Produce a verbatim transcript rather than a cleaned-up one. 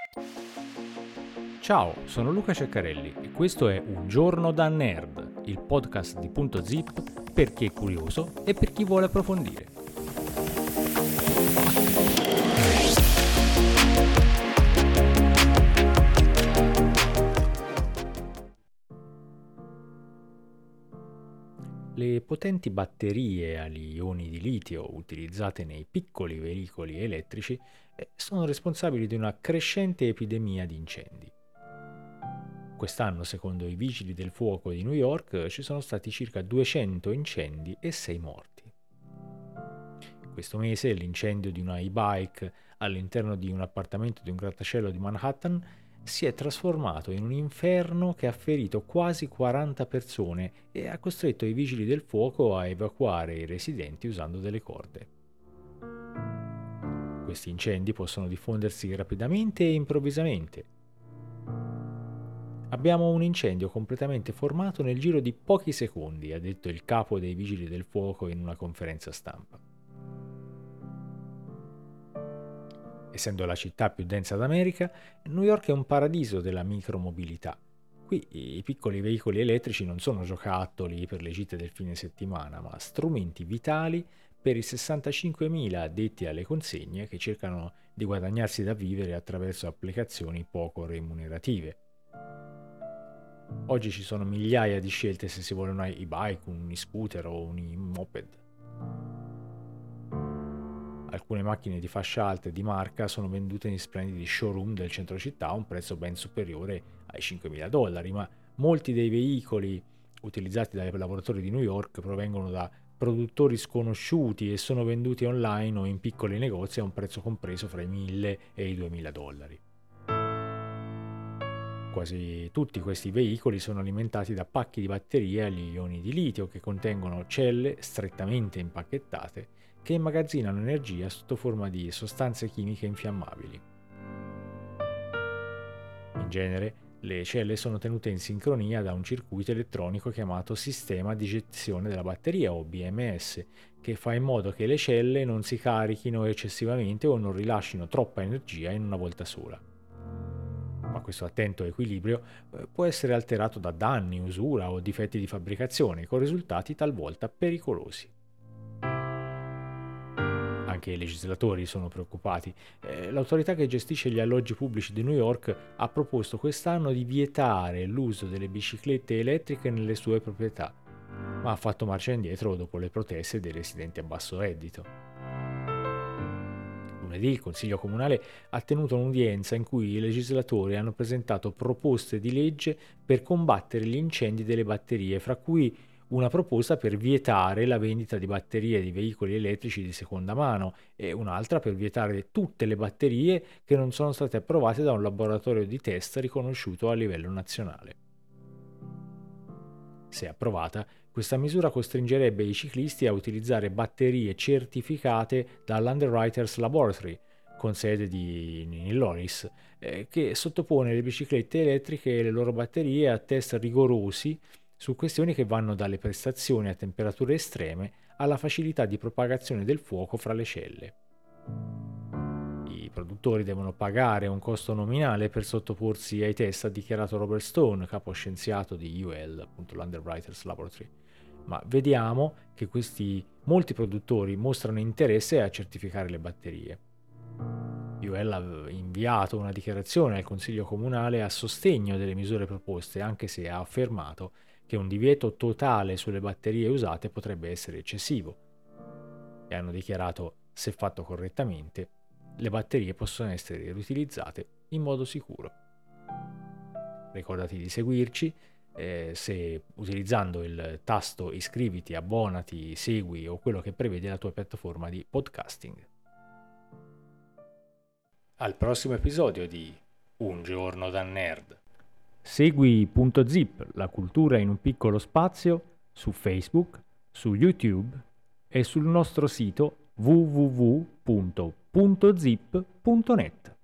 Ciao, sono Luca Ceccarelli e questo è Un giorno da nerd, il podcast di Punto Zip per chi è curioso e per chi vuole approfondire. Le potenti batterie agli ioni di litio utilizzate nei piccoli veicoli elettrici sono responsabili di una crescente epidemia di incendi. Quest'anno, secondo i vigili del fuoco di New York, ci sono stati circa duecento incendi e sei morti. Questo mese l'incendio di una e-bike all'interno di un appartamento di un grattacielo di Manhattan si è trasformato in un inferno che ha ferito quasi quaranta persone e ha costretto i vigili del fuoco a evacuare i residenti usando delle corde. Questi incendi possono diffondersi rapidamente e improvvisamente. Abbiamo un incendio completamente formato nel giro di pochi secondi, ha detto il capo dei vigili del fuoco in una conferenza stampa. Essendo la città più densa d'America, New York è un paradiso della micromobilità. Qui i piccoli veicoli elettrici non sono giocattoli per le gite del fine settimana, ma strumenti vitali per i sessantacinquemila addetti alle consegne che cercano di guadagnarsi da vivere attraverso applicazioni poco remunerative. Oggi ci sono migliaia di scelte se si vuole una e-bike, un e-scooter o un e-moped. Alcune macchine di fascia alta e di marca sono vendute in splendidi showroom del centro città a un prezzo ben superiore ai cinquemila dollari, ma molti dei veicoli utilizzati dai lavoratori di New York provengono da produttori sconosciuti e sono venduti online o in piccoli negozi a un prezzo compreso fra i mille e i duemila dollari. Quasi tutti questi veicoli sono alimentati da pacchi di batterie agli ioni di litio che contengono celle strettamente impacchettate che immagazzinano energia sotto forma di sostanze chimiche infiammabili. In genere, le celle sono tenute in sincronia da un circuito elettronico chiamato sistema di gestione della batteria o B M S, che fa in modo che le celle non si carichino eccessivamente o non rilascino troppa energia in una volta sola. Ma questo attento equilibrio può essere alterato da danni, usura o difetti di fabbricazione, con risultati talvolta pericolosi. Anche i legislatori sono preoccupati. Eh, l'autorità che gestisce gli alloggi pubblici di New York ha proposto quest'anno di vietare l'uso delle biciclette elettriche nelle sue proprietà, ma ha fatto marcia indietro dopo le proteste dei residenti a basso reddito. Lunedì il Consiglio Comunale ha tenuto un'udienza in cui i legislatori hanno presentato proposte di legge per combattere gli incendi delle batterie, fra cui una proposta per vietare la vendita di batterie di veicoli elettrici di seconda mano e un'altra per vietare tutte le batterie che non sono state approvate da un laboratorio di test riconosciuto a livello nazionale. Se approvata, questa misura costringerebbe i ciclisti a utilizzare batterie certificate dall'Underwriters Laboratory, con sede di Illinois, eh, che sottopone le biciclette elettriche e le loro batterie a test rigorosi su questioni che vanno dalle prestazioni a temperature estreme alla facilità di propagazione del fuoco fra le celle. I produttori devono pagare un costo nominale per sottoporsi ai test, ha dichiarato Robert Stone, capo scienziato di U L, appunto l'Underwriters Laboratory. Ma vediamo che questi molti produttori mostrano interesse a certificare le batterie. U L ha inviato una dichiarazione al Consiglio Comunale a sostegno delle misure proposte, anche se ha affermato che un divieto totale sulle batterie usate potrebbe essere eccessivo. E hanno dichiarato, se fatto correttamente, le batterie possono essere riutilizzate in modo sicuro. Ricordati di seguirci, eh, se utilizzando il tasto iscriviti, abbonati, segui o quello che prevede la tua piattaforma di podcasting. Al prossimo episodio di Un giorno da nerd. Segui Punto Zip, la cultura in un piccolo spazio, su Facebook, su YouTube e sul nostro sito w w w punto punto zip punto net.